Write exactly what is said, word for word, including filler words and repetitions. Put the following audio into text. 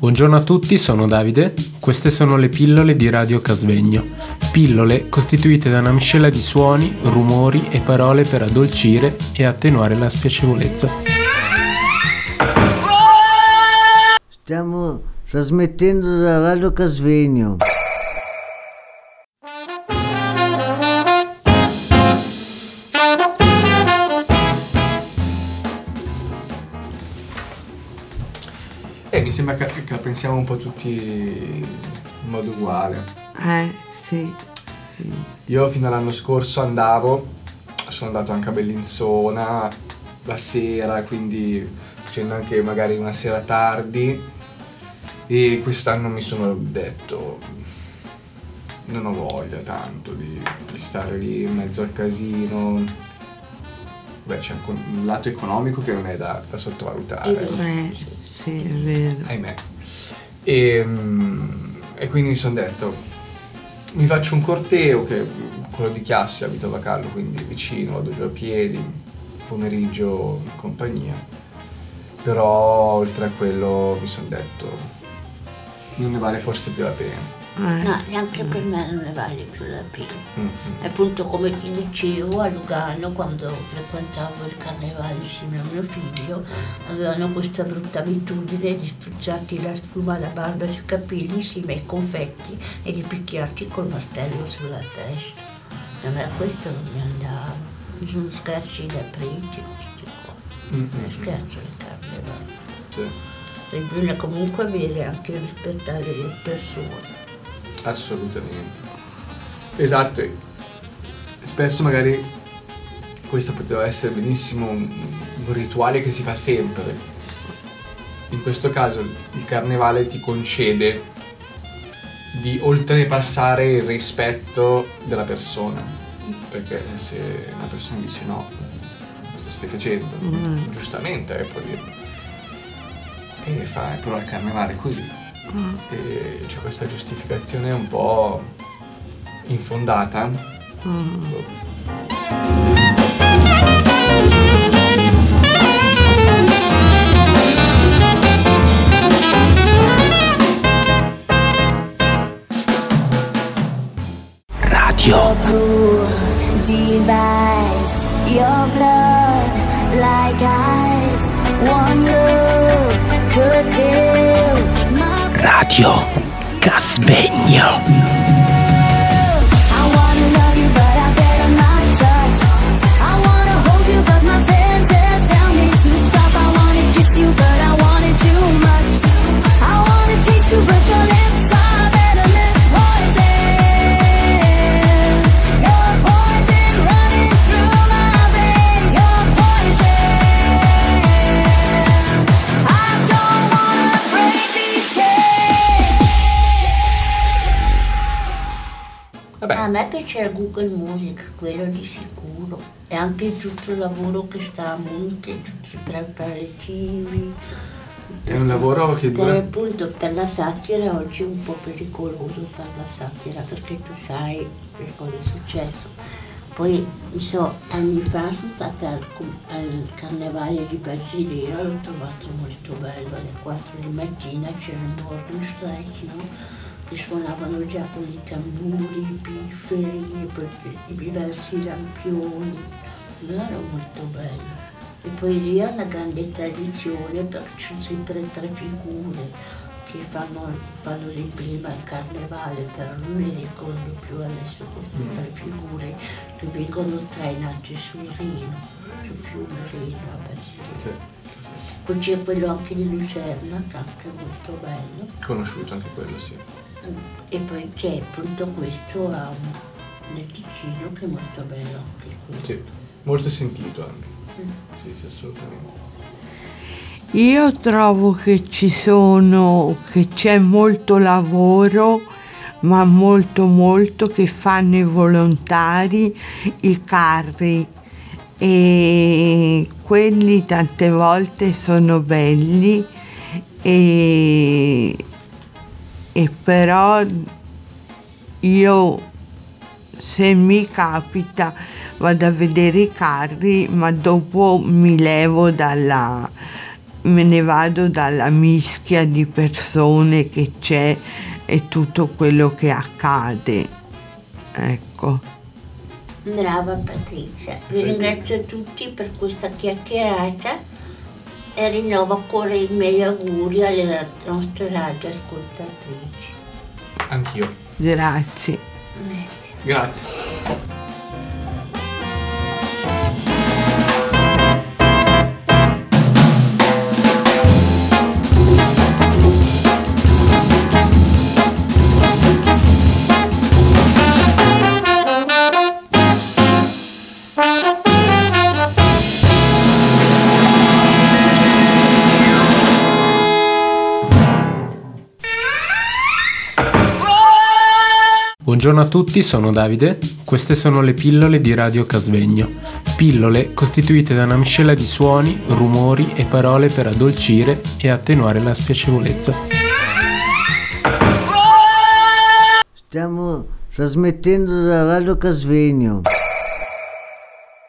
Buongiorno a tutti, sono Davide. Queste sono le pillole di Radio Casvegno. Pillole costituite da una miscela di suoni, rumori e parole per addolcire e attenuare la spiacevolezza. Stiamo trasmettendo da Radio Casvegno. Eh, mi sembra che, che la pensiamo un po' tutti in modo uguale. Eh, sì, sì. Io fino all'anno scorso andavo, sono andato anche a Bellinzona la sera, quindi facendo anche magari una sera tardi, e quest'anno mi sono detto non ho voglia tanto di, di stare lì in mezzo al casino. Beh, c'è anche un lato economico che non è da, da sottovalutare. Eh, sì, è vero. Ahimè. E, e quindi mi sono detto, mi faccio un corteo, che quello di Chiasso, abito a Vacallo, quindi vicino, vado giù a piedi, pomeriggio in compagnia. Però oltre a quello mi sono detto, non ne vale forse più la pena. Eh. No, neanche per me non ne vale più la pena. Mm-hmm. Appunto, come ti dicevo, a Lugano, quando frequentavo il carnevale insieme a mio figlio, avevano questa brutta abitudine di spruzzarti la spuma da barba sui capelli insieme ai confetti e di picchiarti col martello sulla testa. A me questo non mi andava. Mi sono scherzi da preti questi qua. Mm-hmm. Non è scherzo il carnevale. Sì. E bisogna comunque avere anche rispettare le persone. Assolutamente. Esatto. E spesso magari questo poteva essere benissimo un, un rituale che si fa sempre. In questo caso il carnevale ti concede di oltrepassare il rispetto della persona, perché se una persona dice no, cosa stai facendo? Mm. Giustamente eh, può dirlo. E fa però il carnevale è così. Mm. E c'è questa giustificazione un po' infondata. Mm. Radio Divides your blood like ice. One look could kill my Radio Casvegno. I wanna love you, but I better not touch. I wanna hold you, but my senses tell me to stop. I wanna kiss you, but I want it too much. I wanna taste you, but your lips are venomous poison. You're poison running through my veins. You're poison. I don't wanna break these chains. Vabbè, A me piace Google Music, quello di sicuro. E anche tutto il lavoro che sta a monte, tutti i preparativi. è un lavoro che Per dura. appunto per la satira oggi è un po' pericoloso fare la satira, perché tu sai che cosa è successo. Poi, non so, anni fa sono stata al, com- al carnevale di Basilea, l'ho trovato molto bello, alle quattro di mattina c'era il Morgenstreich, no? Che suonavano già con i tamburi, i pifferi, i, i diversi lampioni, era molto bello. E poi lì è una grande tradizione perché ci sono sempre tre figure che fanno, fanno l'emblema al carnevale, però non mi ricordo più adesso queste tre figure che vengono trainate sul Reno, sul fiume Reno a Basilea. Sì, Poi c'è quello anche di Lucerna, che è anche molto bello. conosciuto anche quello, sì. E poi c'è appunto questo um, nel Ticino che è molto bello anche quello. Sì, molto sentito anche. Mm. Sì, sì, assolutamente. Io trovo che ci sono, che c'è molto lavoro, ma molto molto che fanno i volontari, i carri, e quelli tante volte sono belli, e, e però io, se mi capita, vado a vedere i carri, ma dopo mi levo dalla me ne vado dalla mischia di persone che c'è e tutto quello che accade. Ecco. Brava Patrizia, vi ringrazio tutti per questa chiacchierata e rinnovo ancora i miei auguri alle nostre radioascoltatrici. Anch'io. Grazie. Grazie. Buongiorno a tutti, sono Davide. Queste sono le pillole di Radio Casvegno. Pillole costituite da una miscela di suoni, rumori e parole per addolcire e attenuare la spiacevolezza. Stiamo trasmettendo da Radio Casvegno.